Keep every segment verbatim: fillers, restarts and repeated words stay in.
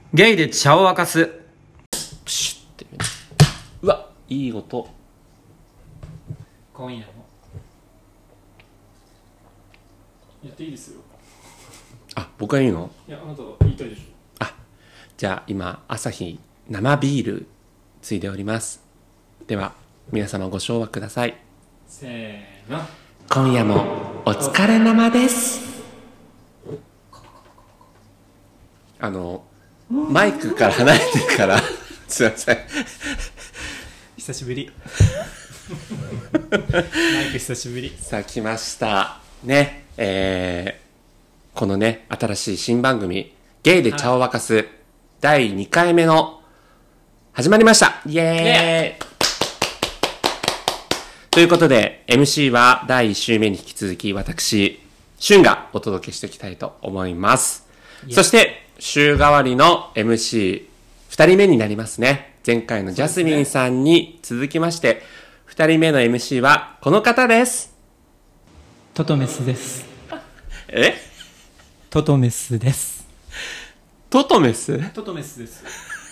ゲイで茶を沸かす。 プシュっていうね。うわ、いい音。 今夜もやっていいですよ。 あ、僕が言うの？ いや、あなた言いたいでしょ。 あ、じゃあ今朝日生ビールついでおります。では皆様ご唱和ください。 せーの。 今夜もお疲れ生です。あのマイクから離れてるからすいません。 久しぶり。マイク久しぶり。 さあ来ましたね。えー、このね新しい新番組ゲイで茶を沸かす、はい、だいにかいめの始まりました。イエーイ。ということで エムシー はだいいっ週目に引き続き私シュンがお届けしていきたいと思います。そして週替わりの エムシーふたりめになりますね。前回のジャスミンさんに続きまして、ふたりめの エムシー はこの方です。 トトメスです。 え？ トトメスです。 トトメス？ トトメスです。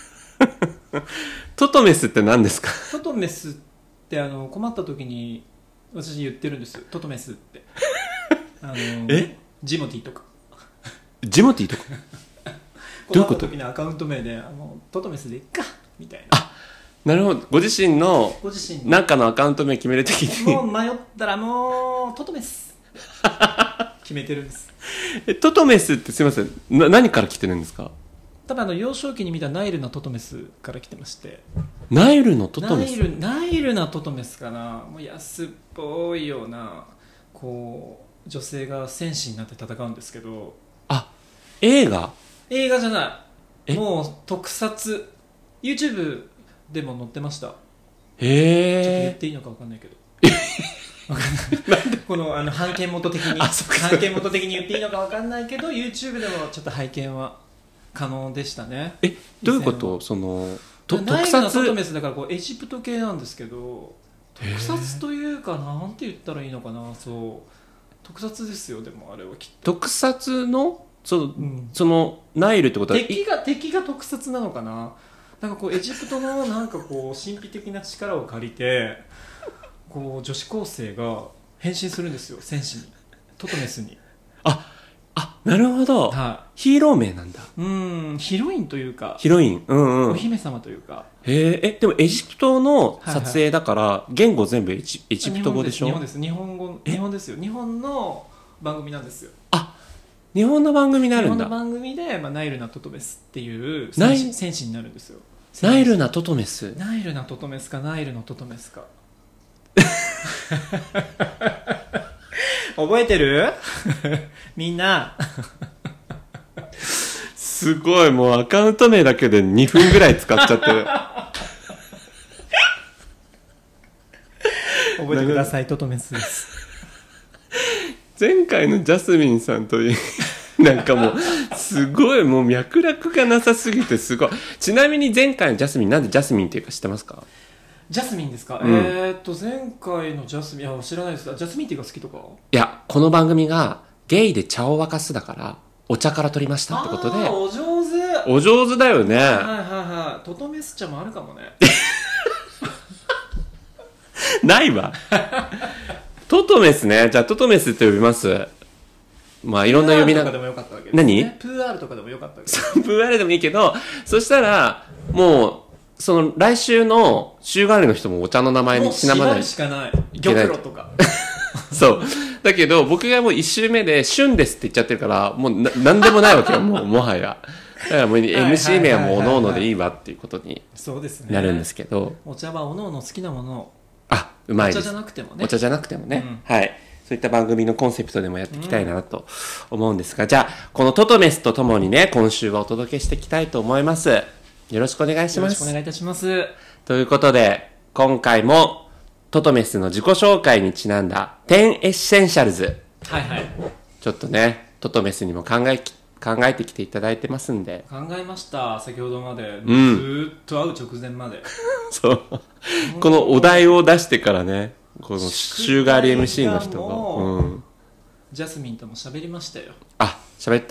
トトメスって何ですか？ トトメスってあの困った時に私言ってるんです。トトメスってあのえ？ ジモティーとかジモティーとかどういうこと？ 困った時のアカウント名であのトトメスでいっかみたいな。 あ、なるほど。ご自身のご自身のなんかのアカウント名決めるときにもう迷ったらもうトトメス決めてるんです。 え、トトメスってすいません、な何から来てるんですか？ 多分あの幼少期に見たナイルなトトメスから来てまして。 ナイルのトトメス？ ナイル、ナイルなトトメスかな。もう安っぽいようなこう女性が戦士になって戦うんですけど。 あ、映画？ 映画じゃない。 え、 もう特撮 YouTube でも載ってました。 へー。 ちょっと言っていいのか分かんないけど分かんないこのあの版権元的に版権元的に言っていいのか分かんないけど YouTube でもちょっと拝見は可能でしたね。 え、どういうこと？そのとナイ特撮ルのトトメスだからこうエジプト系なんですけど、特撮というかなんて言ったらいいのかな。そう特撮ですよ。でもあれはきっと特撮のその、 うん、 そのナイルってことは敵が敵が特撮なのかな。なんかこうエジプトのなんかこう神秘的な力を借りてこう女子高生が変身するんですよ。戦士に、トトメスに。 ああ、なるほど、 はい、 ヒーロー名なんだ。 うーん、ヒロインというかヒロイン、うんうん、 お姫様というか。 へえ、え、でもエジプトの撮影だから、はいはい、言語全部エジ、エジプト語でしょ？ 日本です、日本語、日本ですよ。日本の番組なんですよ。 あ、日本の番組になるんだ。 日本の番組で、まあ、ナイルなトトメスっていう戦士、戦士になるんですよ。 ナイルなトトメス。 ナイルなトトメスかナイルのトトメスか覚えてるみんなすごい、もうアカウント名だけでにふんぐらい使っちゃってる覚えてください、トトメスです。 前回のジャスミンさんといいなんかもうすごい、もう脈絡がなさすぎてすごい。ちなみに前回のジャスミン、なんでジャスミンっていうか知ってますか？ ジャスミンですか、うん、えーっと前回のジャスミン、いや知らないです。ジャスミンっていうか好きとか？ いや、この番組がゲイで茶を沸かすだからお茶から取りましたってことで。 あー、お上手。 お上手だよね。はいはいはい。トトメス茶もあるかもねないわトトメスね。じゃあトトメスって呼びます。まあいろんな読みながら。何？ プーアールとかでもよかったわけですね。 プーアールでもいいけど、そしたらもうその来週の週替わりの人もお茶の名前にちなまない。 もうしばらしかない。玉露とかそうだけど僕がもういち週目で旬ですって言っちゃってるからもうな何でもないわけよもうもはや。だからもう エムシー 名はもうおのおのでいいわっていうことになるんですけど、 そうですね、お茶はおのおの好きなものを。 あ、うまいです。 お茶じゃなくてもね。 お茶じゃなくてもね、うん、はい。そういった番組のコンセプトでもやっていきたいなと思うんですが、うん、じゃあこのトトメスとともにね今週はお届けしていきたいと思います。よろしくお願いします。 よろしくお願いいたします。 ということで今回もトトメスの自己紹介にちなんだじゅうエッセンシャルズ、 はいはい、ちょっとねトトメスにも考え考えてきていただいてますんで。 考えました。先ほどまで、うん、ずっと会う直前までそうこのお題を出してからね、この週替わり エムシー の人が、うん、 ジャスミンとも喋りましたよ。 あ、喋った。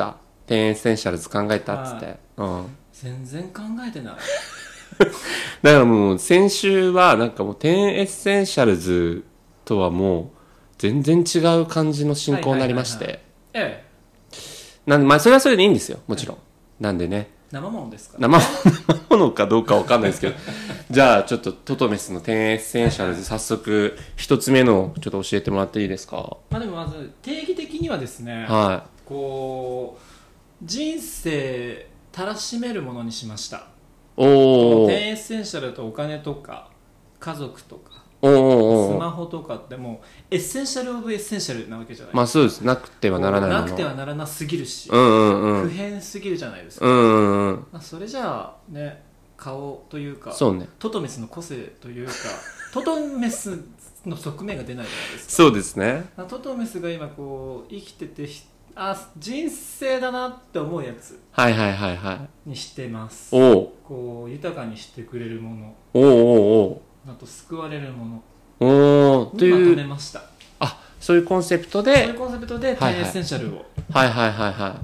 テンエッセンシャルズ考えたっつって、うん。 全然考えてないだからもう先週はなんかもうテンエッセンシャルズとはもう全然違う感じの進行になりまして、 ええ、 なんでまあそれはそれでいいんですよ、もちろん、ええ、なんでね、 生ものですか、 生ものかどうかわかんないですけどじゃあちょっとトトメスのテンエッセンシャルズ、早速一つ目のちょっと教えてもらっていいですか。 まあ、でもまず定義的にはですね、 はい、 こう人生たらしめるものにしました。 おー、 テンエッセンシャルとお金とか家族とかおーおー、 スマホとかってもうエッセンシャルオブエッセンシャルなわけじゃないですか。 まあそうです、なくてはならないもの、 なくてはならなすぎるし、 うんうんうん、 不変すぎるじゃないですか、 うんうんうん、 まあ、それじゃあね、顔というか、 そうね、 トトメスの個性というかトトメスの側面が出ないじゃないですか。 そうですね。 トトメスが今こう生きてて、あ、人生だなって思うやつ、 はいはいはいはい、 にしてます。 おこう豊かにしてくれるもの、 おおおあと救われるものおおというにまとめました。 あ、そういうコンセプトで、 そういうコンセプトでテンエッセンシャルを、 はいはいはいはい、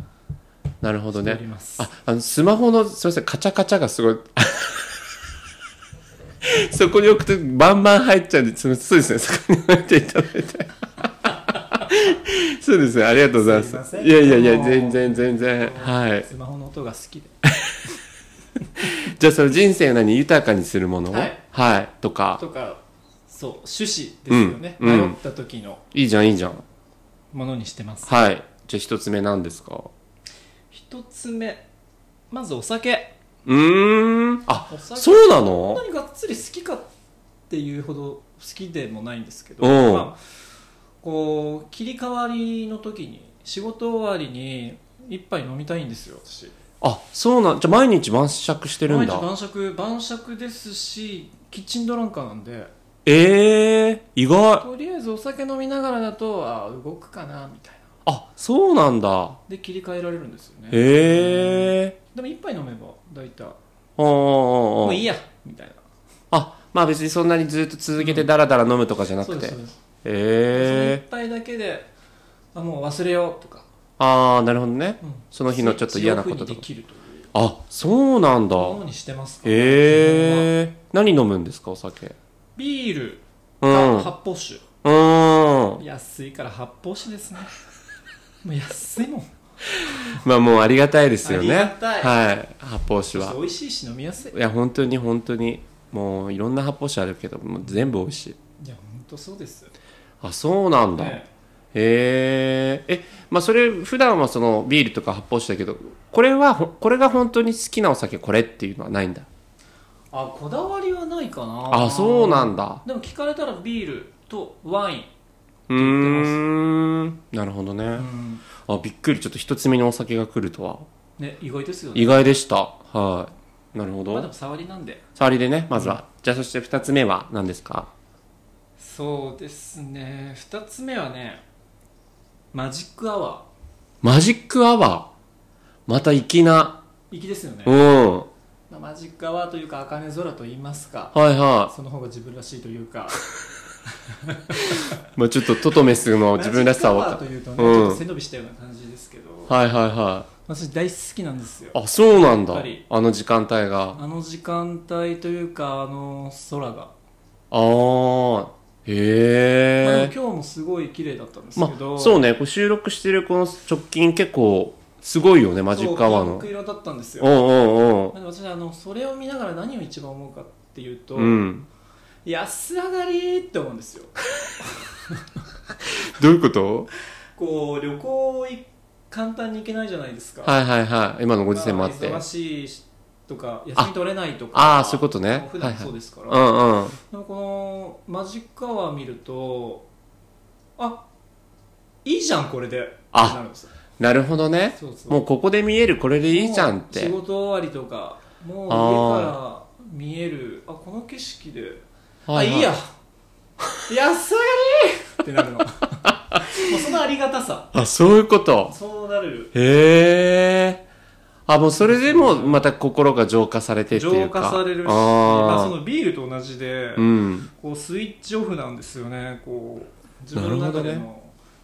なるほどね。 あ、 あのスマホのすみません、カチャカチャがすごいそこに置くとバンバン入っちゃうんで、そうですね、そこに置いていただいてそうですね、ありがとうございます。 すいません、 いやいやいや、全然全然、はい。 スマホの音が好きでじゃあその人生を何豊かにするもの、はい、はい、とかとか、そう趣旨ですよね、うん、迷った時の、 いいじゃんいいじゃんものにしてます。 はい。じゃあ一つ目何ですか。 一つ目、まずお酒。 うーん、あ、そうなの。 そんなにがっつり好きかっていうほど好きでもないんですけど、まあ、こう切り替わりの時に、仕事終わりに一杯飲みたいんですよ、私。 あ、そうなん。じゃあ毎日晩酌してるんだ。 毎日晩酌、晩酌ですし、キッチンドランカーなんで。 ええー、意外。 とりあえずお酒飲みながらだと、あ、動くかなみたいな。あ、そうなんだ。 で切り替えられるんですよね。 へえー。 でも一杯飲めば大体もういいやみたいな。 あ、まあ別にそんなにずっと続けてダラダラ飲むとかじゃなくて、うん、へえー。 一杯だけで、あ、もう忘れようとか。 ああ、なるほどね、うん、その日のちょっと嫌なこととか。あ、そうなんだ。 ものにしてますか。 へえー。何飲むんですか、お酒。 ビールか発泡酒。 うん、 安いから発泡酒ですね。もう安いもん。 まあもうありがたいですよね。 ありがたい。 はい、発泡酒は美味しいし飲みやすい。 いや本当に本当にもういろんな発泡酒あるけど、もう全部美味しい。 いや本当そうです。 あ、そうなんだ、ね、へえ。え、まあそれ普段はそのビールとか発泡酒だけど、これはこれが本当に好きなお酒これっていうのはないんだ。 あ、こだわりはないかな。 あ、そうなんだ。 でも聞かれたらビールとワインって言ってます。うーん、なるほどね、うん、あ、びっくり。ちょっと一つ目にお酒が来るとはね、意外ですよね。 意外でした。はい、なるほど。 まあでも触りなんで、 触りでね、まずは、うん、じゃあそして二つ目は何ですか。 そうですね、二つ目はね、マジックアワー。 マジックアワー、また粋な粋ですよね。 うん、 まあ、マジックアワーというか茜空と言いますか、 はいはい、 その方が自分らしいというかまあちょっとトトメスの自分らしさをマジックアワーというとね、うん、ちょっと背伸びしたような感じですけど、 はいはいはい、 私大好きなんですよ。 あ、そうなんだ。あの時間帯が、 あの時間帯というか、あの空が、 ああ、へえ、 まあ、でも今日もすごい綺麗だったんですけど、 まあ、そうね、こう収録してるこの直近結構すごいよね、マジックアワーの。 ピンク色だったんですよ。 おうおうおう、 まあ、私あのそれを見ながら何を一番思うかっていうと、 うん、 安上がりって思うんですよ。 どういうこと？ こう旅行簡単に行けないじゃないですか。 はいはいはい、今のご時世もあって、 忙しいとか休み取れないとか、 ああ、そういうことね。 普段そうですから、 はいはい、うんうん、 でもこのマジックアワー見ると、あ、いいじゃんこれでってなるんですよ。 なるほどね。そうそう、もうここで見えるこれでいいじゃんって。 仕事終わりとかもう家から見える、あ、この景色で、はいはい、あ、いいや安上がりってなるの。もうそのありがたさ。あ、 そういうこと。 そうなる。 へえ。あ、もうそれでもまた心が浄化されてっていうか。 浄化されるし、まあ、そのビールと同じで、 うん、 こうスイッチオフなんですよね。こう自分の中での、ね、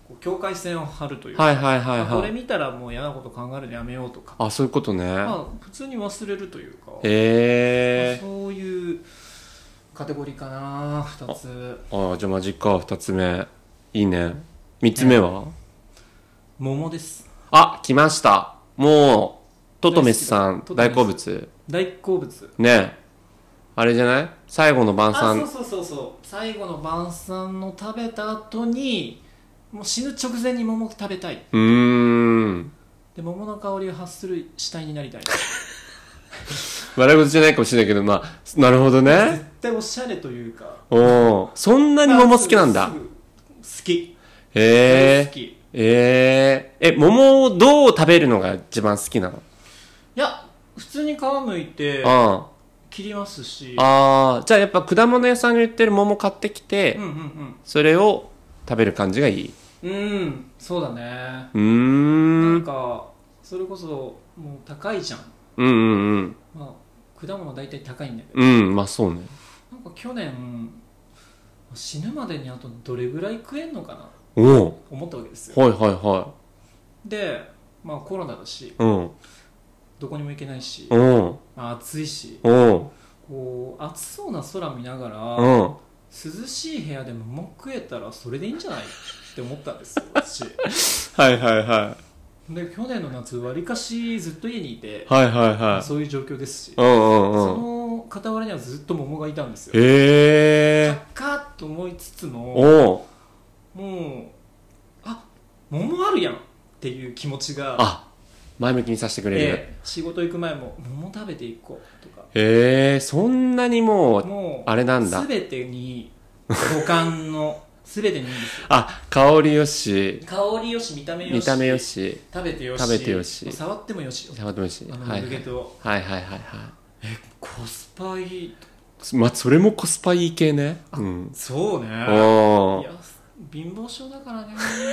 こう境界線を張るというか、 はいはいはいあこれはい。 見たらもう嫌なこと考えるのやめようとか、 あ、そういうことね。 まあ、普通に忘れるというか、 へえ。 まあそういうカテゴリーかなふたつ。 ああ、じゃあマジか、二つ目。いいね。三つ目は、 桃です。 あ、来ました。もう、トトメスさん、大大好きだ好物。 大好物。 ねあれじゃない最後の晩あ、 餐。 そうそうそうそう。最後の晩餐の食べた後にもう死ぬ直前に桃食べたい。 うーん。 で桃の香りを発する死体になりたい。 笑い事じゃないかもしれないけど、まあ、なるほどね。 絶対おしゃれというか。 おお、そんなに桃好きなんだ。 すぐ好き。 へえ。 大好き。いえー、え、桃をどう食べるのが一番好きなの？ や普通に皮むいてあ切りますし。 あ。ああ、じゃあやっぱ果物屋さんに売ってる桃買ってきて、 うんうんそれを食べる感じがいい。 うん。うんそうだね。 うーん。 なんかそれこそもう高いじゃん。 うんうんうん。 まあ果物大体高いんだけど。 うん、まあそうね。 なんか去年死ぬまでにあとどれぐらい食えんのかなおお。 思ったわけですよ。 はいはいはで、まあコロナだしい。うん。 どこにも行けないし、 うん。 まあ、暑いし、 うん。 こう暑そうな空見ながら、 うん。 涼しい部屋で桃食えたらそれでいいんじゃないって思ったんですよ私。 はいはいはで去年の夏わりかしずっと家にいて、 い。はいはいはい。 そういう状況ですし、 うんうんそうん。 の傍らにはずっと桃がいたんですよ。 へえ。 高っと思いつつも、 おお。 もうあ桃あるやんっていう気持ちが、 あ、前向きにさせてくれる。 えー仕事行く前も桃食べていこうとか、 へえ、そんなにもう、 もうあれなんだ。 全てに五感の全てにいいんですよ。 あ、香りよし、 香りよし、見た目よし、 見た目よし、 食べてよし、 食べてよし触ってもよし、 触ってもよし。 あのはいはい。 ムゲと、 はいはいはいはコスパいい。 い。まあ、それもコスパいい系ね。うん。 そうね。いおー。 や貧乏症だからね。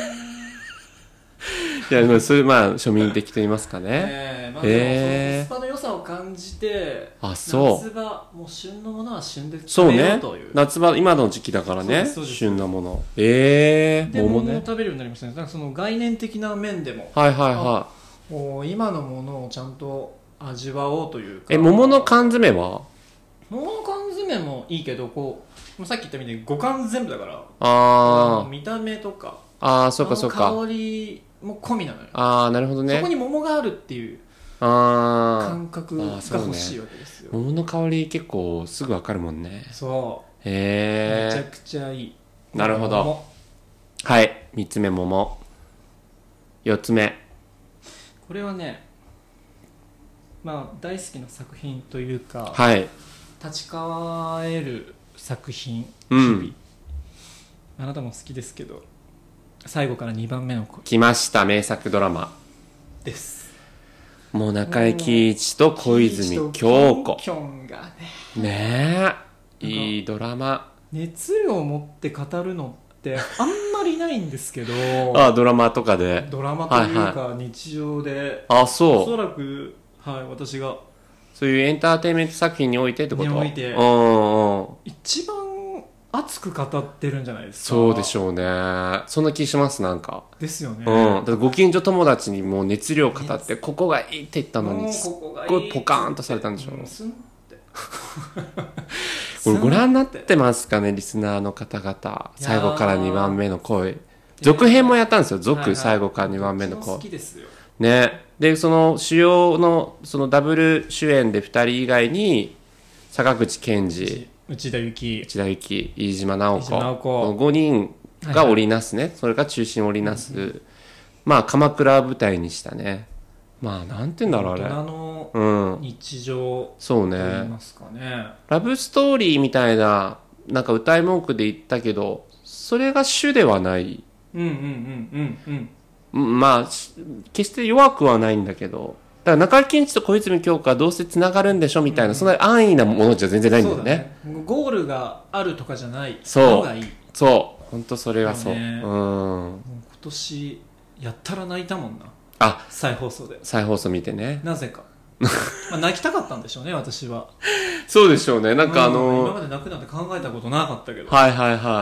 いや、まあ、それ、まあ、庶民的と言いますかね。 ええまあ、でもへーそのコスパの良さを感じて、 あ、そう。 夏場もう旬のものは旬でそう食べよねうという。。 夏場、今の時期だからねそうですそう。です旬なもの。ええで桃を桃ね。 食べるようになりましたね。だからその概念的な面でも、 はいはいはもう今のものをちゃんと味わおうというか。 い。え、桃の缶詰は桃の缶詰もいいけど、こうさっき言ったみたいに五感全部だから、 あ見た目とかあ。ああ、そうかそうか。 あの香りも込みなのよ。 ああ、なるほどね。 そこに桃があるっていうあ感覚があーそうね欲しいわけですよ。 あ。桃の香り結構すぐわかるもんね。 そう、 へえ。 めちゃくちゃいい。 なるほど桃はい。三つ目桃。四つ目。 これはね、まあ大好きな作品というか、 はい。 立ち返る作品、 うん日々あなたも好きですけど、最後からにばんめの恋来ました、名作ドラマ。 です。 もう中井貴一と小泉京子。 キョンがね、 ねえ。いいドラマ。 熱量を持って語るのってあんまりないんですけどあ、ドラマとかで。 ドラマというはいか日常で、 あ、 おそ。 そうらく、はい、私がそういうエンターテインメント作品においてってこと？ においてうんうん。 一番熱く語ってるんじゃないですか。 そうでしょうね。そんな気します、なんか。 ですよね。 うん。だってご近所友達にもう熱量語って、ここがいいって言ったのに、 もうすっここがいいごいポカーンとされたんでしょ。 うんスンってこれご覧になってますかね、リスナーの方々。最後からにばんめの恋。続編もやったんですよ。続、 はいはい、 最後からにばんめのどっちも好恋。 きですよ。 ね。で、その主要の、そのダブル主演でふたり以外に、坂口健二、 内田有紀、 内田有紀、飯島直子、 飯島直子このごにんが織りなすね、それが中心を織りなす、まあ鎌倉を舞台にしたね、まあなんて言うんだろう大人あのれ、うん、 日常そうと言いね、 ますかね。 ラブストーリーみたいな、なんか歌い文句で言ったけど、それが主ではない、 うんうんうんうんうん。 うんまあ、し決して弱くはないんだけど、だから中井貴一と小泉京子はどうせつながるんでしょみたいな、そんな安易なものじゃ全然ないんだよね。 そうだね。ゴールがあるとかじゃないそうのがいい。 そう、本当それはそう。 ねうん。 もう今年やったら泣いたもんな。 あ、 再放送で。 再放送見てね。 なぜか。まあ泣きたかったんでしょうね、私は。 そうでしょうね。なんかあうん今のまで泣くなんて考えたことなかったけど。 はいはいはい。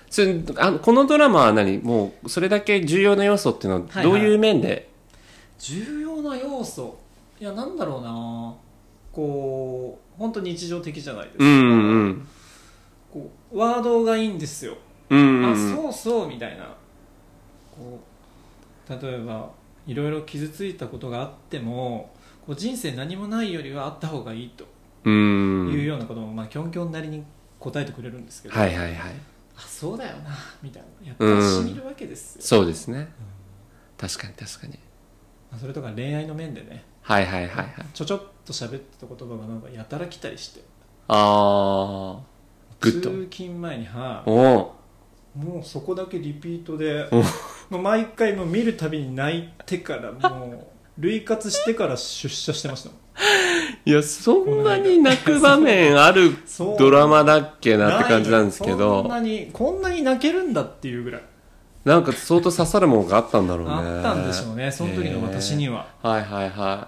それあこのドラマは何もうそれだけ重要な要素っていうのはどういう面で、はいはい、 重要な要素いやなんだろうなこう本当に日常的じゃないですか、うんうん、こうワードがいいんですよ、うんうん、あそうそうみたいなこう例えばいろいろ傷ついたことがあってもこう人生何もないよりはあった方がいいというようなことも、まあ、キョンキョンなりに答えてくれるんですけど、 はいはいはい、 あそうだよなみたいなやっぱりしみるわけですよ、 そうですね、うん、確かに確かに、 それとか恋愛の面でね、 はいはいはいはい、 ちょちょっと喋ってた言葉がなんかやたら来たりして、 ああグッと通勤前にはおもうそこだけリピートでもう毎回もう見るたびに泣いてからもう涙活してから出社してましたもん。 いやそんなに泣く場面あるドラマだっけなって感じなんですけど、 そんなにこんなに泣けるんだっていうぐらいなんか相当刺さるものがあったんだろうね。 あったんでしょうねその時の私には、 はいはいはい、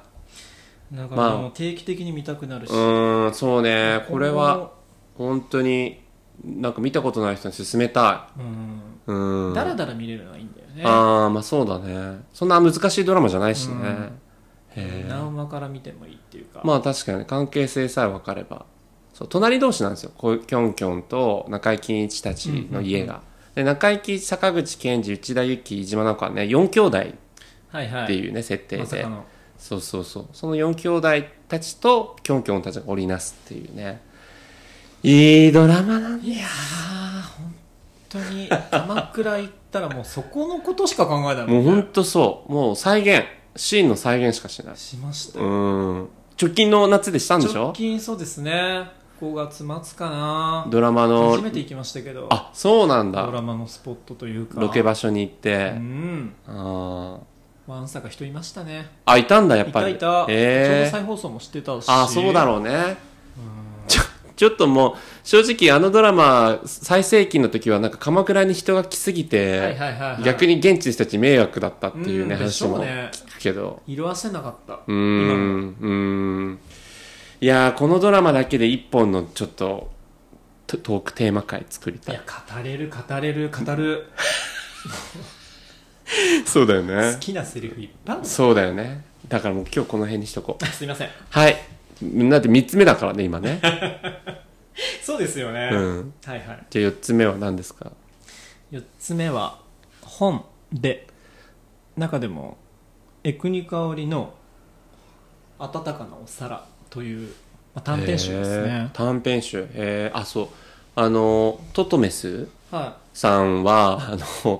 だからもう定期的に見たくなるし、 まあ、うーんそうねこれは本当になんか見たことない人に勧めたい。うん、うん、だらだら見れるのはいいんだよね。 ああまあそうだね、そんな難しいドラマじゃないしね、うん、 へ何話から見てもいいっていうか、 まあ確かに関係性さえ分かれば、そう隣同士なんですよ、こうキョンキョンと中井貴一たちの家が、うんうんうん、で中井貴一、坂口健二、内田有紀、飯島直子はねよん兄弟っていうね、はいはい、設定で、まさかのそうそうそう、そのよん兄弟たちとキョンキョンたちが織りなすっていうね、いいドラマなんです。 いやー本当に鎌倉行ったらもうそこのことしか考えないもんね。 もう本当そう、もう再現シーンの再現しかしない。 しましたよ。 うん直近の夏でしたんでしょ。 直近そうですね、ごがつ末かな、 ドラマの初めて行きましたけど。 あそうなんだ、 ドラマのスポットというかロケ場所に行って、 うん、 あわんさか人いましたね。 あいたんだやっぱり。 いたいた、 えー、 ちょうど再放送もしてたし。 あそうだろうね、うん、ちょちょっともう正直あのドラマ最盛期の時はなんか鎌倉に人が来すぎて、はいはいはいはい、逆に現地の人たち迷惑だったっていうね、話も聞くけど、 色あせなかった。 うーんうーんいやーこのドラマだけで一本のちょっとトークテーマ会作りたい。 いや語れる語れる語るそうだよね、 好きなセリフいっぱいある。 そうだよね、だからもう今日この辺にしとこうすいません。 はいみんなでみっつめだからね今ねそうですよね、うん、はいはい。 じゃあよっつめは何ですか。 よっつめは本で、中でも江国香織の温かなお皿という、まあ、短編集ですね。 短編集、えー、あそうあのトトメスさんは、 はい、あのちょっ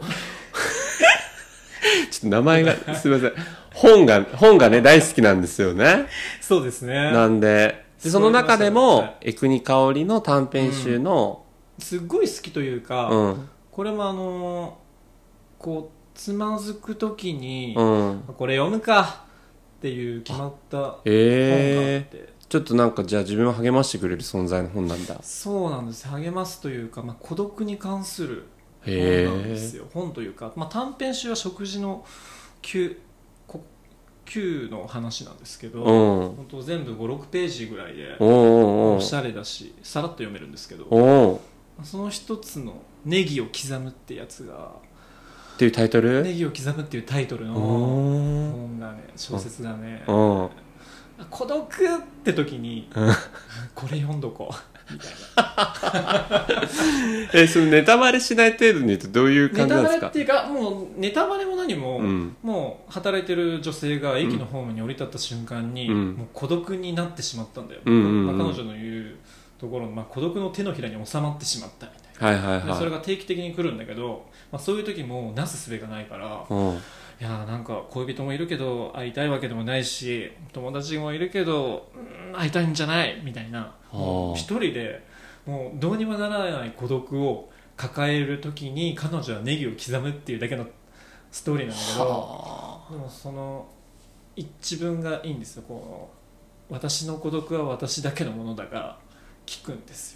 と名前がすみません本が本がね大好きなんですよね。 そうですね。 なんででその中でも江国香織の短編集の、 うん、すっごい好きというか、うん、これもあのこうつまずくときに、うん、これ読むかっていう決まった本があって、えー、ちょっとなんかじゃあ自分を励ましてくれる存在の本なんだ。 そうなんです、励ますというか、まあ、孤独に関する本なんですよ。本というか、まあ、短編集は食事の級の話なんですけど、本当全部ごろくページぐらいでおしゃれだしさらっと読めるんですけど、その一つのネギを刻むってやつがっていうタイトル、 ネギを刻むっていうタイトルの本がね、小説がね、孤独って時にこれ読んどこうみたいなえそのネタバレしない程度に言うとどういう感じなんですか。 ネタバレっていうかもうネタバレも何も、うん、もう働いてる女性が駅のホームに降り立った瞬間に、うん、もう孤独になってしまったんだよ、うんうんうん、まあ、彼女の言うところの、まあ、孤独の手のひらに収まってしまったみたいな、はいはいはい、でそれが定期的に来るんだけど、まあ、そういう時もなすすべがないから、うん、いやなんか恋人もいるけど会いたいわけでもないし友達もいるけど、うん、会いたいんじゃないみたいな、もう一人でもうどうにもならない孤独を抱える時に彼女はネギを刻むっていうだけのストーリーなんだけど、でもその一文がいいんですよ。こう私の孤独は私だけのものだが聞くんですよ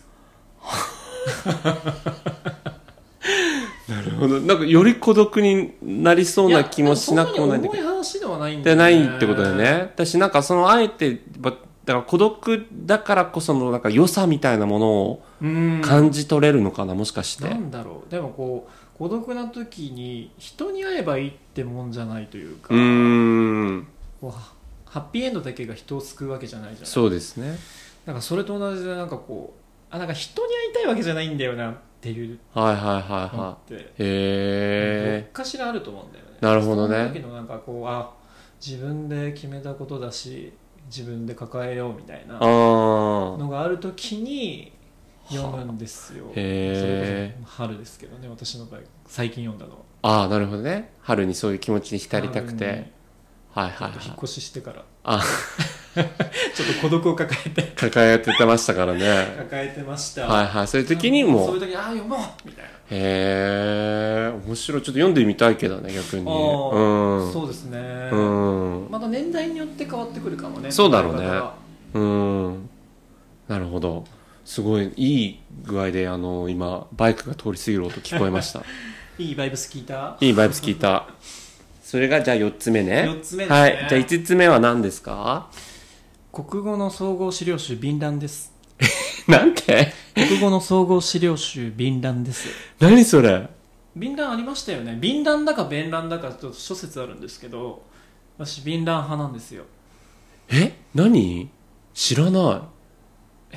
なるほど、なんかより孤独になりそうな気もしなくもないんだけど、 重い話ではないんだよね。 でないってことだよね。私なんかそのあえてだから孤独だからこそのなんか良さみたいなものをうん感じ取れるのかな、もしかして。 なんだろう、でもこう孤独な時に人に会えばいいってもんじゃないというか、 うーん。 こうハッピーエンドだけが人を救うわけじゃないじゃない。 そうですね。 なんかそれと同じで、なんかこうあなんか人に会いたいわけじゃないんだよなっていうはいはいはいのはって、 い。へどっかしらあると思うんだよね。 なるほどねその時のなんかこうあ自分で決めたことだし自分で抱えようみたいなー。あのがある時に読むんですよ。 へーそれこそ春ですけどね、私の場合最近読んだのあ。ああ、なるほどね。春にそういう気持ちに浸りたくて。はいはいはい。 引っ越ししてからあ、 ちょっと孤独を抱えて抱えててましたからね。 抱えてました。 はいはい。そういう時にも。 そういう時にああ読もうみたいな。 へえ、面白い。ちょっと読んでみたいけどね、逆に。 あーうん。 そうですね、 うん。 また年代によって変わってくるかもね。 そうだろうね捉え方がうん。なるほど。すごい、いい具合で、あの、今、バイクが通り過ぎる音聞こえました。 いいバイブス聞いた。 いいバイブス聞いた。それが、じゃあよっつめね。 よっつ目ですね。 はい。じゃあいつつめは何ですか？ 国語の総合資料集便覧です。 なんて国語の総合資料集便覧です。 何それ？ 便覧ありましたよね。便覧だか弁覧だかちょっと諸説あるんですけど、私便覧派なんですよ。 え何？知らない。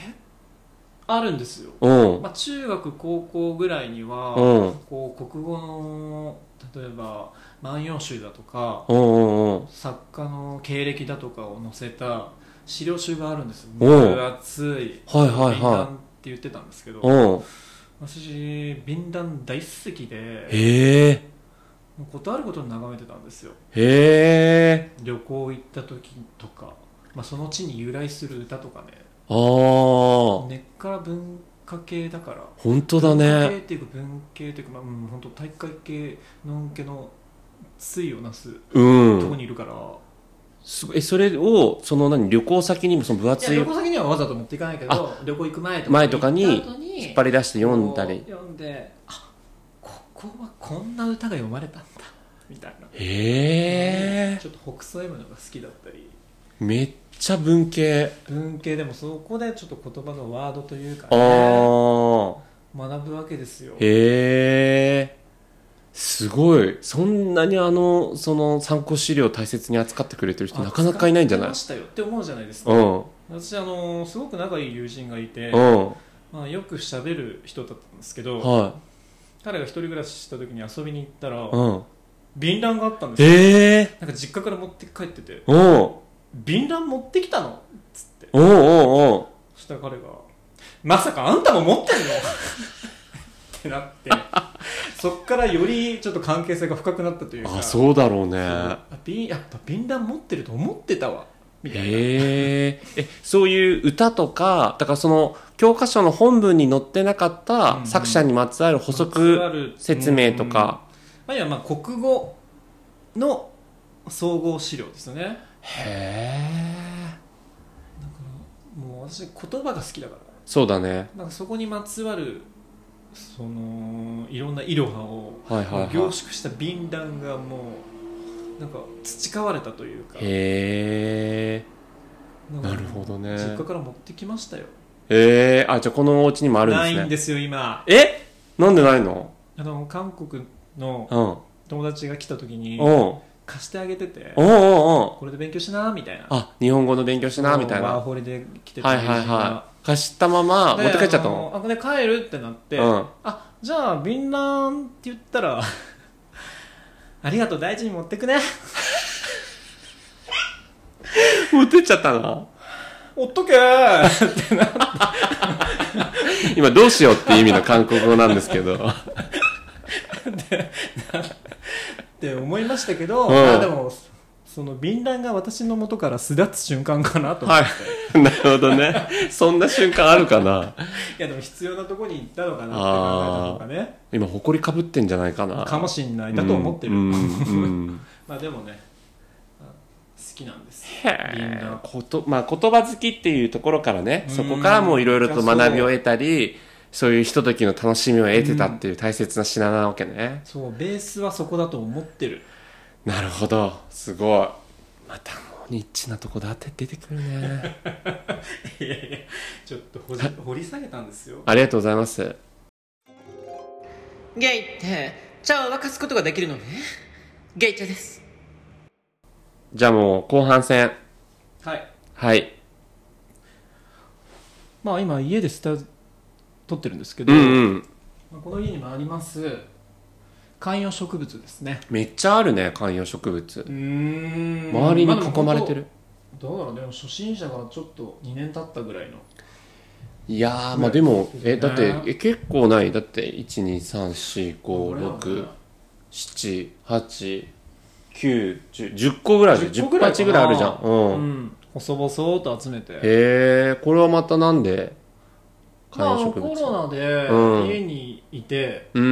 あるんですよ。 うん。 まあ、中学高校ぐらいには、 うん。 こう国語の例えば万葉集だとかうんうんうん。 作家の経歴だとかを載せた資料集があるんですよ。 うん分厚いはいはいはい便覧って言ってたんですけど、 うん。 私便覧大好きでへえ。 もうことあることに眺めてたんですよ。 へえ。 旅行行った時とか、まあ、その地に由来する歌とかね。 ああ。 根っから文化系だから、 本当だ文化系ね。 っていうか文系っていうか、まあ、うん本当体育会系のんけの対をなすうとこん。 にいるから、 すごいえ、それを、その何、旅行先にもその分いや厚い旅行先にはわざと持っていかないけど、旅行行く前とか前とかに行った後に引っ張り出して読んだり。 こう読んで、あここはこんな歌が読まれたんだみたいな。 へえ。 ちょっと北斎読むのが好きだったり、 めっちゃ文系。 文系でもそこでちょっと言葉のワードというかあねあ。 学ぶわけですよ。 へえ。すごい。そんなにあの、その参考資料を大切に扱ってくれてる人なかなかいないんじゃない？ 使ってましたよって思うじゃないですか。 うん。 私あのすごく仲いい友人がいて、 うん。 まあ、よく喋る人だったんですけど、 は彼が一人暮らしした時に遊びに行ったら、 い。うん。 便覧があったんですよ。 へえ。 なんか実家から持って帰ってて、 おう。 便覧持ってきたのっつって、 おうおうおう。 そしたら彼がまさかあんたも持ってんのってなってそっからよりちょっと関係性が深くなったというか、 あ、そうだろうね。 あ便やっぱ便覧持ってると思ってたわみたいな。 へえ。え、そういう歌とか、だからその教科書の本文に載ってなかった作者にまつわる補足説明とか。 まあ、いやまあ国語の総合資料ですよね。 へえ。 もう私言葉が好きだから、 そうだね。 なんかそこにまつわるそのいろんなイロハをはいはいはい。 凝縮した便覧がもうなんか培われたというか、 へえ。 なんかなるほどね。 実家から持ってきましたよ。 へえ。あ、じゃあこのお家にもあるんですね。 ないんですよ今。 え、なんでないの？ あの韓国のうん。 友達が来た時にうん。 貸してあげてて、 おうおうおう。 これで勉強しなみたいな。 あ、日本語の勉強しなみたいな。はワーホリで来ていはいはい。貸したまま持って帰っちゃったの？ あのあで帰るってなって、 うん。 あじゃあ便覧って言ったらありがとう大事に持ってくね持ってっちゃったの？ おっとけーってな今どうしようっていう意味の韓国語なんですけど。 って思いましたけど、 うんまあでもその便覧が私の元から巣立つ瞬間かなと思って、 はい。なるほどね。そんな瞬間あるかな。 いやでも必要なところに行ったのかなって考えたとかね、 今埃かぶってんじゃないかな。 かもしんないだと思ってる、 うんうんうんまあでもね好きなんですへみんえな。 こと、まあ、言葉好きっていうところからね、 うんそこからもいろいろと学びを得たり、そういうひとときの楽しみを得てたっていう大切な品なわけね。 そうベースはそこだと思ってる。 なるほど。すごい。またもうニッチなとこだって出てくるねいやいやちょっと掘り掘り下げたんですよ。 ありがとうございます。 ゲイって茶を沸かすことができるのね。ゲイ茶です。 じゃあもう後半戦。 はいはい。 まあ今家でスタ撮ってるんですけど、 うんうん、 この家にもあります観葉植物ですね。 めっちゃあるね、観葉植物。うーん周りに囲まれてる、 まあ、どうだろう。でも初心者がちょっとにねん経ったぐらいの。 いやーまあでもえだってえ結構ない。だっていちにさんしごろくななはちきゅうじゅう じゅっこぐらいでじゅっぱちぐらいあるじゃん。うん、うん、 細々と集めて。 へえ、これはまたなんで観葉植物。 まあ、コロナで家にいて、うん、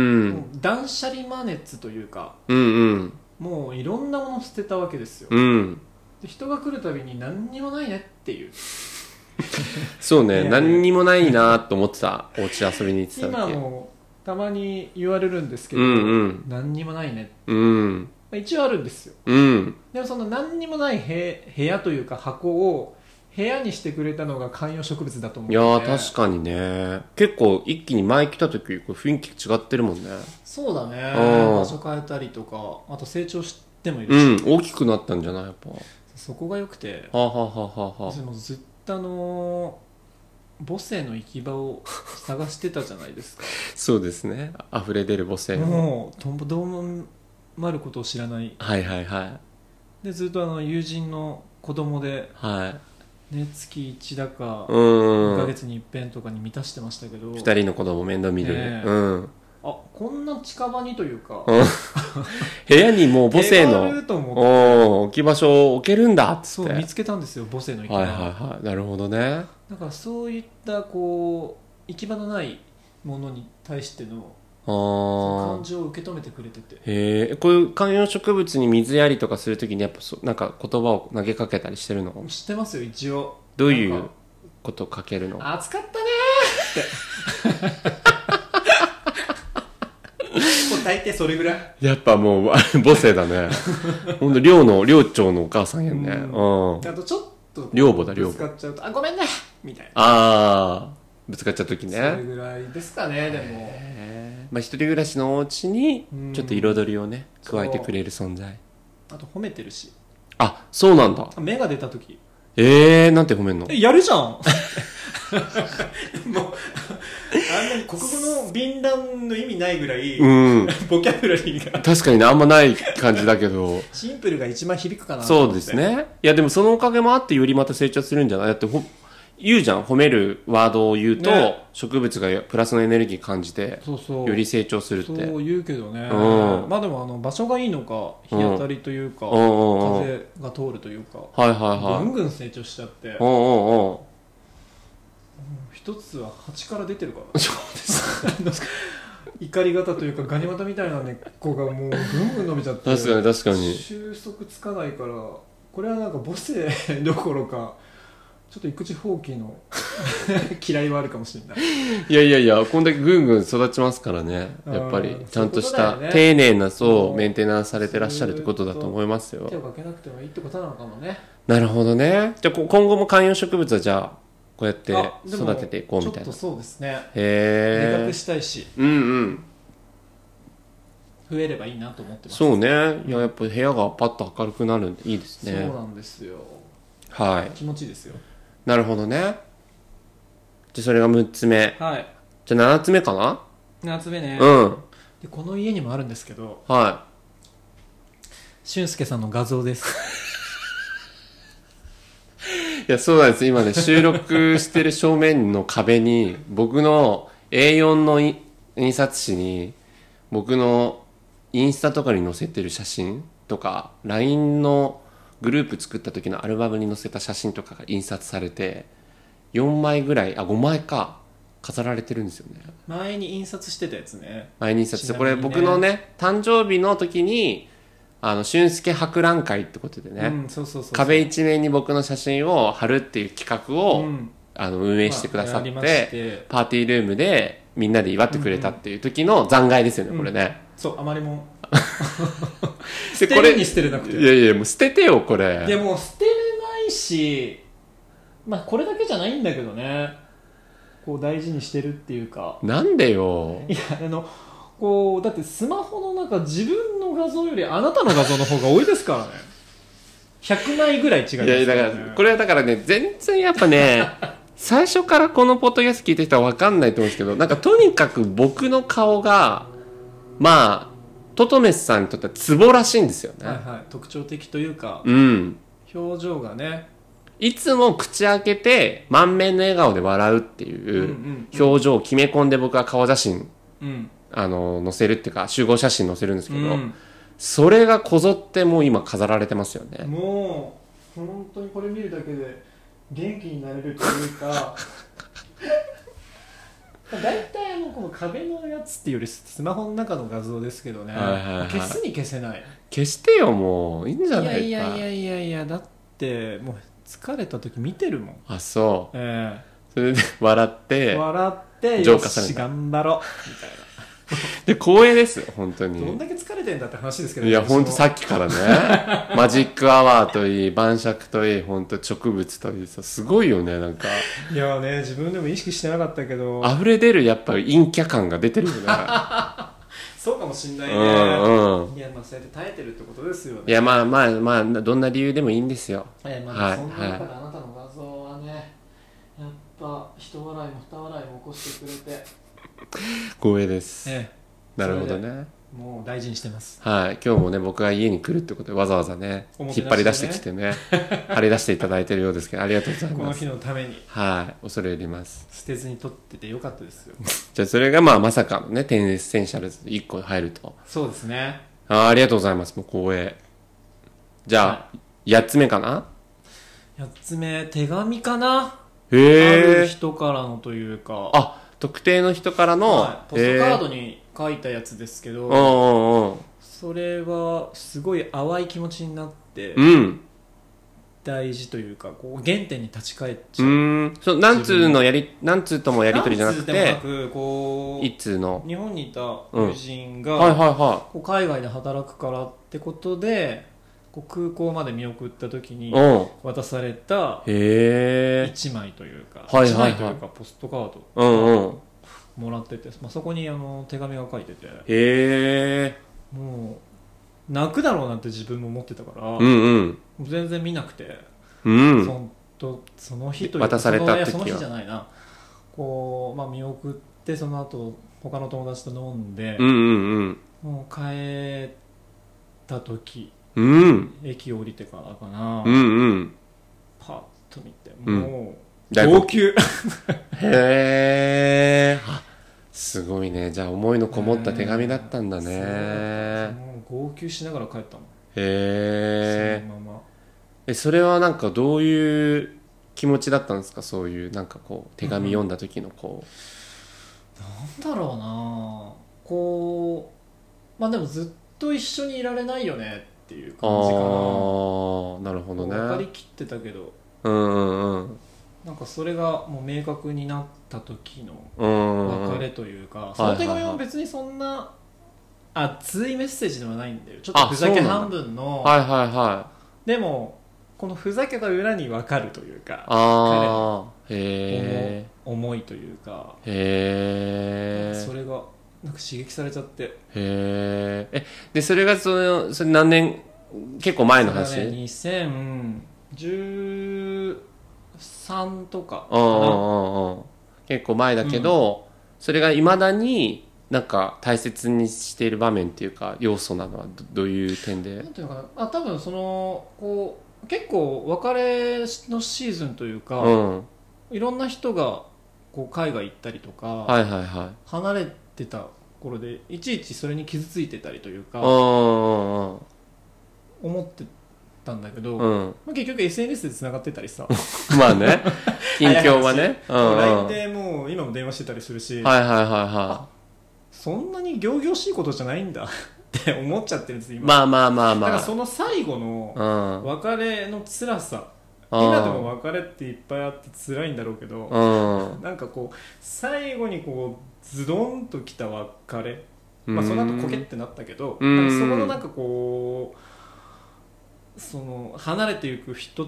断捨離魔熱というか、 うんうん、 もういろんなもの捨てたわけですよ、 うん、 で人が来るたびに何にもないねっていうそうね、何にもないなと思ってた。お家遊びに行ってた時今もたまに言われるんですけど、 うんうん、 何にもないね、 うん、 一応あるんですよ、 うん、 でもその何にもない部屋というか箱を部屋にしてくれたのが観葉植物だと思う、ね、 いやー確かにね。結構一気に前来た時こう雰囲気違ってるもんね。 そうだね。場所変えたりとか、あと成長してもいるし、 うん、大きくなったんじゃないやっぱ。 そこが良くて、 はあ、はあはあはあ、 でもずっとあの母性の行き場を探してたじゃないですかそうですね、溢れ出る母性。 もうとんぼどうまることを知らない。 はいはいはい。 でずっとあの友人の子供で、 はいね、月いちだかうんにかげつに一遍とかに満たしてましたけど、 ふたりの子供面倒見る、 ね、 うん、 あこんな近場にというか部屋にもう母性の置き場所を置けるんだっつって、 そう見つけたんですよ、母性の行き場。 はいはいはい、なるほどね。 だからそういったこう行き場のないものに対しての感情を受け止めてくれてて。 へえ、こういう観葉植物に水やりとかするときにやっぱそなんか言葉を投げかけたりしてるの？ 知ってますよ一応。 どういうことかけるの？ 暑かったねーってもう大抵それぐらい。 やっぱもう母性だねほんと寮の寮長のお母さんやんね。うん、うん、 あとちょっと寮母だ寮母。 ぶつかっちゃうとあごめんねみたいな。 ああぶつかっちゃうときね。 それぐらいですかね。でもまあ、一人暮らしのお家にちょっと彩りをね、うん、加えてくれる存在。 あと褒めてるし。 あ、そうなんだ。 芽が出た時えー、なんて褒めんの？ えやるじゃんもうあんなに国語の便覧の意味ないぐらい、うん、ボキャブラリーが確かにねあんまない感じだけどシンプルが一番響くかなと思って。 そうですね。いやでもそのおかげもあってよりまた成長するんじゃない？だってほ言うじゃん、褒めるワードを言うと、ね、植物がプラスのエネルギー感じてそうそうより成長するってそう言うけどね、 うん、 まあでもあの場所がいいのか日当たりというか、うん、風が通るというか、 はいはいはい、 ぐんぐん成長しちゃって、 うんうんうん、 一つは鉢から出てるからそうです怒り方というかガニ股みたいな根っこがもうぐんぐん伸びちゃって確かに確かに収束つかないから、これはなんか母性どころかちょっと育児放棄の嫌いはあるかもしれない。 いやいやいや、こんだけぐんぐん育ちますからね。やっぱりちゃんとした丁寧なそうメンテナンスされてらっしゃるってことだと思いますよ。 手をかけなくてもいいってことなのかもね。 なるほどね。じゃあ今後も観葉植物はじゃあこうやって育てていこうみたいな。 ちょっとそうですね。 へー。 でかくしたいし。 うんうん。 増えればいいなと思ってます。 そうね。いややっぱ部屋がパッと明るくなるんでいいですね。 そうなんですよ。 はい。 気持ちいいですよ。 なるほどね。じゃあそれがむっつめ。 はい。 じゃあななつめかな？ ななつめね。 うん。 でこの家にもあるんですけど。 はい。 俊介さんの画像です。 いやそうなんです。今ね収録してる正面の壁に僕の エーよん の印刷紙に僕のインスタとかに載せてる写真とか ライン のグループ作った時のアルバムに載せた写真とかが印刷されてよんまいぐらい、あごまいか飾られてるんですよね。 前に印刷してたやつね。 前に印刷して、ね、これ僕のね誕生日の時にあの俊介博覧会ってことでね、うん、そうそうそうそう壁一面に僕の写真を貼るっていう企画を、うん、あの運営してくださって、まあ、パーティールームでみんなで祝ってくれたっていう時の残骸ですよね、うん、これね。 そうあまりも捨てるに捨てれなくて。 いやいやもう捨ててよこれ。 でも捨てれないし、まあこれだけじゃないんだけどね、こう大事にしてるっていうか。 なんでよ。 いや、あのこうだってスマホの中、自分の画像よりあなたの画像の方が多いですからね。ひゃくまいぐらい違いますからね。 いやだからこれはだからね、全然やっぱね最初からこのポッドキャスト聞いてる人は分かんないと思うんですけど、なんかとにかく僕の顔がまあトトメスさんにとってはツボらしいんですよね。 はいはい、特徴的というか、 うん、 表情がね、 いつも口開けて満面の笑顔で笑うっていう表情を決め込んで僕は顔写真、うん、あの載せるっていうか集合写真載せるんですけど、うん、それがこぞってもう今飾られてますよね。 もう本当にこれ見るだけで元気になれるというか大体あのこの壁のやつっていうよりスマホの中の画像ですけどね、はいはいはい、消すに消せない。 消してよ、もういいんじゃないか。 いやいやいやいやいや、だってもう疲れた時見てるもん。 あ、そう、 えー、それで笑って笑って浄化された、 よし頑張ろうみたいなで光栄ですよ本当に。 どんだけ疲れてんだって話ですけどね。 いや本当さっきからねマジックアワーといい晩酌といい本当植物といいさ、すごいよね。なんかいやね、自分でも意識してなかったけど溢れ出るやっぱり陰キャ感が出てるよねそうかもしんないね、 うんうん、 いやまあそうやって耐えてるってことですよね。 いやまあまあまあどんな理由でもいいんですよ。 いやまあ、はい、そんな中であなたの画像はね、やっぱ一笑いも二笑いも起こしてくれて光栄です、ええ、なるほどね。 もう大事にしてます。 はい、今日もね僕が家に来るってことでわざわざね引っ張り出してきてね張り出していただいてるようですけど、ありがとうございます。 この日のために、 はい、恐れ入ります。 捨てずに撮っててよかったですよじゃあそれがまあまさかのねテンエッセンシャルズいっこ入ると。 そうですね。 あ, ありがとうございます。もう光栄。じゃあ、はい、やっつめかな。 やっつめ手紙かな。 へえ。 ある人からのというか、 あ、特定の人からの、 はい、ポストカードに書いたやつですけど、 うんうんうん、 それはすごい淡い気持ちになって、 うん、 大事というかこう原点に立ち返っちゃう。 うーん、そう、何通のやり何通ともやり取りじゃなくて、 何通でもなくこう一通の日本にいた友人が、 うん、はいはいはい、 こう海外で働くからってことでこう空港まで見送った時に渡されたいちまいというか、 はいはいはい、 いちまいというかポストカード、 うんうん、 もらってて、まあ、そこにあの手紙が書いてて、 へー、もう泣くだろうなって自分も思ってたから、 うんうん、 全然見なくて、 うん、 そんとその日というか渡された時はその、その日じゃないな、こう、まあ、見送ってその後他の友達と飲んで、 うんうんうん、もう帰った時、 うん、 駅降りてからかな、 うんうん、 パッと見てもう、 うん、 号泣へー、すごいね。じゃあ思いのこもった手紙だったんだね。 もう号泣しながら帰ったもん。 へー、 そのまま。 え、それはなんかどういう気持ちだったんですか。そういうなんかこう手紙読んだ時のこう、 うん、なんだろうな、こう、まあでもずっと一緒にいられないよねっていう感じかな。あー、なるほどね。 分かりきってたけど、 うんうんうん、 なんかそれがもう明確になった時の別れというか、 うんうん、 その手紙も別にそんな熱いメッセージではないんだよ。ちょっとふざけ半分の、 はいはいはい、 でもこのふざけた裏に分かるというか、 あー、へー、思いというか、 へー、 それがなんか刺激されちゃって、 へー、えでそれがそのそれ何年、結構前の話、 ね、にせんじゅうさんとかかな、うんうんうん、結構前だけど、うん、それがいまだになんか大切にしている場面っていうか要素なのは ど, どういう点で、 なんていうのかな、あ、多分そのこう結構別れのシーズンというか、うん、いろんな人がこう海外行ったりとか、 はいはいはい、 離れてた頃でいちいちそれに傷ついてたりというか、 思ってたんだけど、 うん、 まあ、結局 エスエヌエス でつながってたりさまあね、近況はね、 うん、ライン でもう今も電話してたりするし、 はいはいはいはい、 そんなに仰々しいことじゃないんだって思っちゃってるんです今。 まあまあまあまあ、 だからその最後の別れの辛さ、うん、今でも別れっていっぱいあって辛いんだろうけど、うん、なんかこう最後にこうズドンときた別れ、まあ、その後コケってなったけど、なんかそこのなんかこうその離れていく人に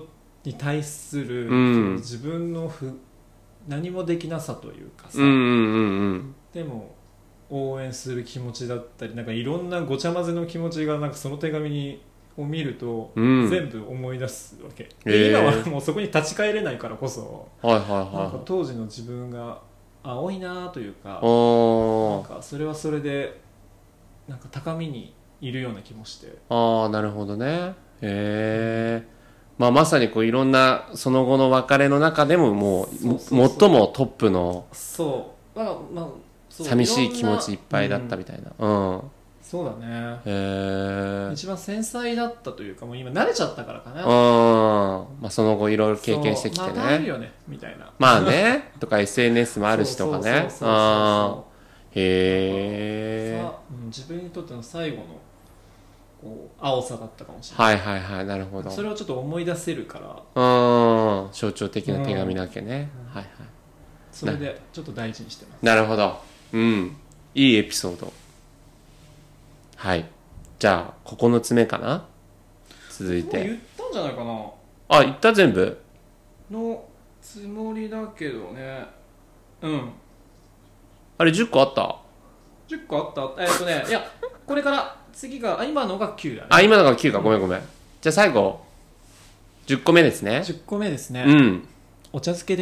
に対する、 うん、 その自分の不何もできなさというかさ、 うんうんうんうん、 でも応援する気持ちだったりなんかいろんなごちゃ混ぜの気持ちがなんかその手紙にを見ると、うん、全部思い出すわけ、えー、今はもうそこに立ち返れないからこそ、 はいはいはい、 なんか当時の自分が青いなというか、なんかそれはそれでなんか高みにいるような気もして。 ああ、なるほどね。へえ、まあ、まさにこういろんなその後の別れの中でももうそうそうそう、最もトップのそうだから、まあ、そう寂しい気持ちいっぱいだったみたいな、うん、うん、 そうだね。 へえ、 一番繊細だったというかもう今慣れちゃったからかな。 うん、まあ、その後いろいろ経験してきてね、 まあ、あるよねみたいな、 まあねとか エスエヌエス もあるしとかね、へえ、 自分にとっての最後のこう青さだったかもしれない。はいはいはい、なるほど。 それをちょっと思い出せるから、 うん、象徴的な手紙だけね、うん、はいはい、 それでちょっと大事にしてます。 なるほど、うん、いいエピソード。はい、じゃあここのつめかな。続いて言ったんじゃないかな。 あ、言った全部のつもりだけどね。うん、 あれじゅっこあった。 じゅっこあった。えー、っとねいやこれから次が、あ、今のがきゅうだね。 あ、今のがきゅうか、ごめんごめん。じゃあ最後じゅっこめですね。 じゅっこめですね。 うん、 お茶漬けです。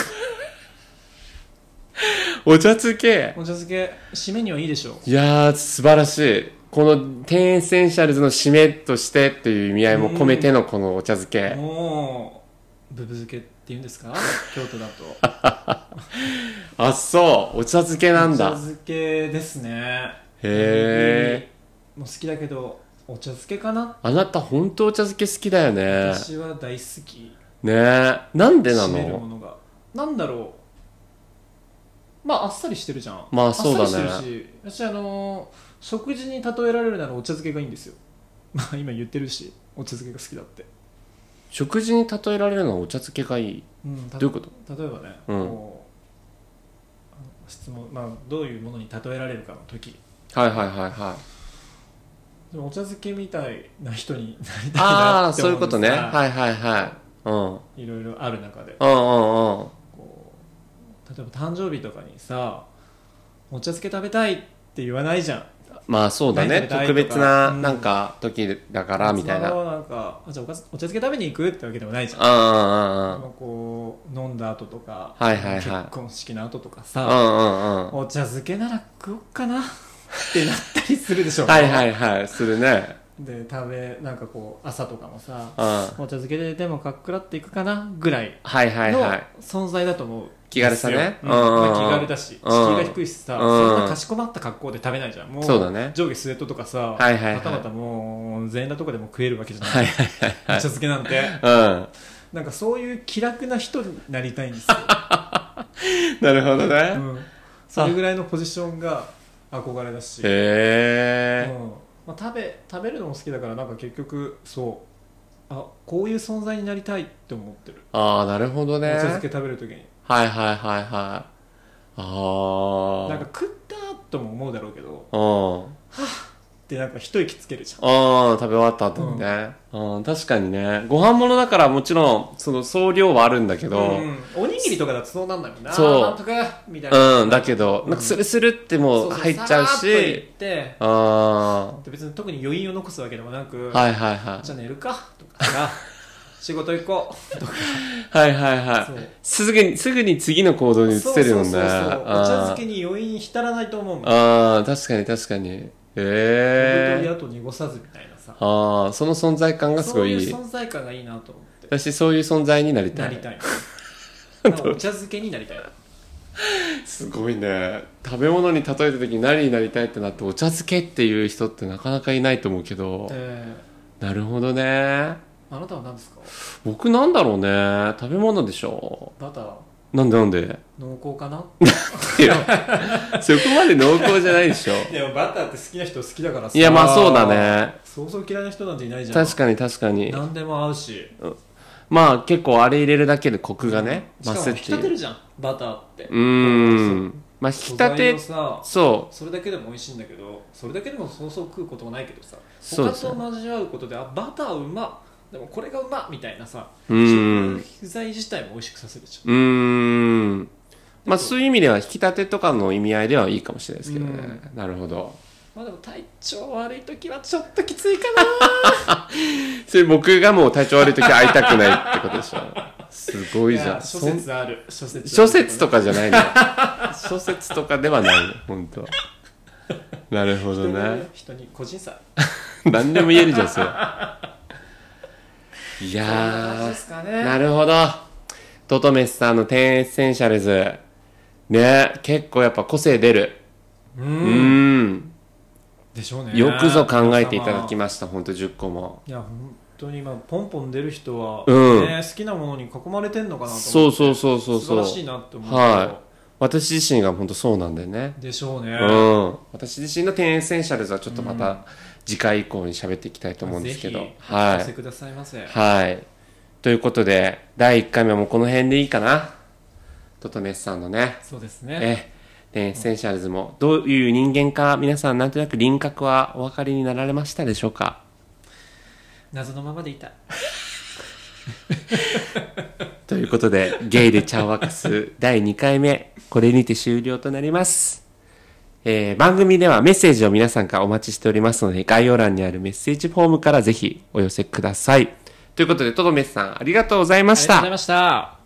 お茶漬け、 お茶漬け締めにはいいでしょう。 いやー素晴らしい。このテンエッセンシャルズの締めとしてっていう意味合いも込めてのこのお茶漬け、 もうブブ漬けって言うんですか京都だと。 あ、そう、お茶漬けなんだ。 お茶漬けですね。 へえ、 もう好きだけどお茶漬けかな。 あなた本当お茶漬け好きだよね。 私は大好きねえ、なんでなの。 締めるものがなんだろう、まああっさりしてるじゃん。 まあそうだね。 あっさりしてるし、私あのー、食事に例えられるならお茶漬けがいいんですよ。まあ今言ってるしお茶漬けが好きだって。 食事に例えられるのはお茶漬けがいい、うん、どういうこと。 例えばね、うん、こう質問、まあ、どういうものに例えられるかの時、 はいはいはいはい、 でもお茶漬けみたいな人になりたいなって思うんですが。 ああ、そういうことね。はいはいはい、うん、 いろいろある中で、 うんうんうん、こう例えば誕生日とかにさお茶漬け食べたいって言わないじゃん。 まあそうだね、特別ななんか時だからみたいな、 うん、なんかじゃあ お, お茶漬け食べに行くってわけでもないじゃん。 ああ、 こう飲んだ後とか、 はいはいはい、 結婚式の後とかさ、 うんうんうん、 お茶漬けなら食おっかなってなったりするでしょ。 はいはいはい、するね。 で食べなんかこう朝とかもさ、 うん、 お茶漬けででもかっくらっていくかなぐらいはいはいはい、 存在だと思う。 気軽さね、 うん、まあ、気軽だし、敷居が低いしさ、 うん、 そんなかしこまった格好で食べないじゃん。もうそうだね、 上下スウェットとかさ、 はいはいはい、 またまたもう全裸とかでも食えるわけじゃない、 はいはいはい、 お茶漬けなんて、 うん、 なんかそういう気楽な人になりたいんですよ。 なるほどね、 うん、それぐらいのポジションが憧れだし、 へー、 うん、まあ、食べ食べるのも好きだから、なんか結局そうあこういう存在になりたいって思ってる。 ああ、なるほどね。 お茶漬け食べるときに、 はいはいはいはい、ああ、 なんか食ったとも思うだろうけど、 うん、 はぁってなんか一息つけるじゃん。 ああ、食べ終わった後にね、うんうん、確かにね、ご飯物だからもちろんその総量はあるんだけど、うん、 おにぎりとかだとそうなんないもんな、 そうなんとかみたいな、 うん、だけど、うん、なんかスルスルってもう入っちゃうし、そうそう、さらっといって、 あ別に特に余韻を残すわけでもなく、 はいはいはい、 じゃあ寝るかとかさ仕事行こうとかはいはいはい、すぐにすぐに次の行動に移せるもんね。そうそうそうそう、 お茶漬けに余韻浸らないと思うもん。 ああ、確かに確かに、へえー、 飛ぶ鳥跡濁さずみたいなさ、 ああ、その存在感がすごいいい。 そういう存在感がいいなと思って、 私そういう存在になりたい。 なりたいお茶漬けになりたいすごいね。食べ物に例えた時に何になりたいってなってお茶漬けっていう人ってなかなかいないと思うけど、えー、なるほどね。 あなたは何ですか。 僕なんだろうね、食べ物でしょ。 バター。 なんでなんで濃厚かな。 いやそこまで濃厚じゃないでしょ。 でもバターって好きな人好きだからさ。 いやまあそうだね。 そうそう嫌いな人なんていないじゃん。 確かに確かに。 何でも合うし、うん、 まあ結構あれ入れるだけでコクがね、 うん、しかも引き立てるじゃんバターって。 うーん、まあ引き立て、そうそれだけでも美味しいんだけど、それだけでもそうそう食うこともないけどさ、他と交わうことで、あバターうまっでもこれがうまっみたいなさ、 うーん食材自体も美味しくさせるじうーんまあそういう意味では引き立てとかの意味合いではいいかもしれないですけどね、 うんなるほど。 ゃん。まあでも体調悪い時はちょっときついかなそれ僕がもう体調悪い時会いたくないってことでしょ。すごいじゃん。 諸説ある諸説諸説とかじゃないのよ。諸説とかではないの本当。なるほどね。 人に個人差何でも言えるじゃんそれ。いやそんな感じですかね。 ーなるほど。トトメスさんのテンエッセンシャルズね結構やっぱ個性出る。 ううんんでしょうね。 よくぞ考えていただきました本当じゅっこも。 いや本当に今ポンポン出る人は、 うんね、好きなものに囲まれてんのかなと思って、 そうそうそうそうそう素晴らしいなって思うけど、 はい私自身が本当そうなんだよね。 でしょうね。 うん私自身のテンエッセンシャルズはちょっとまた次回以降に喋っていきたいと思うんですけど、 ぜひおはい聞かせくださいませ。 はいということでだいいっかいめはもうこの辺でいいかな。トトメスさんのねそうですね。 えテンエッセンシャルズもどういう人間か皆さんなんとなく輪郭はお分かりになられましたでしょうか。 謎のままでいた。 ということでゲイで茶を沸かすだいにかいめこれにて終了となります、えー、番組ではメッセージを皆さんからお待ちしておりますので概要欄にあるメッセージフォームからぜひお寄せください。ということでトトメスさんありがとうございました。 ありがとうございました。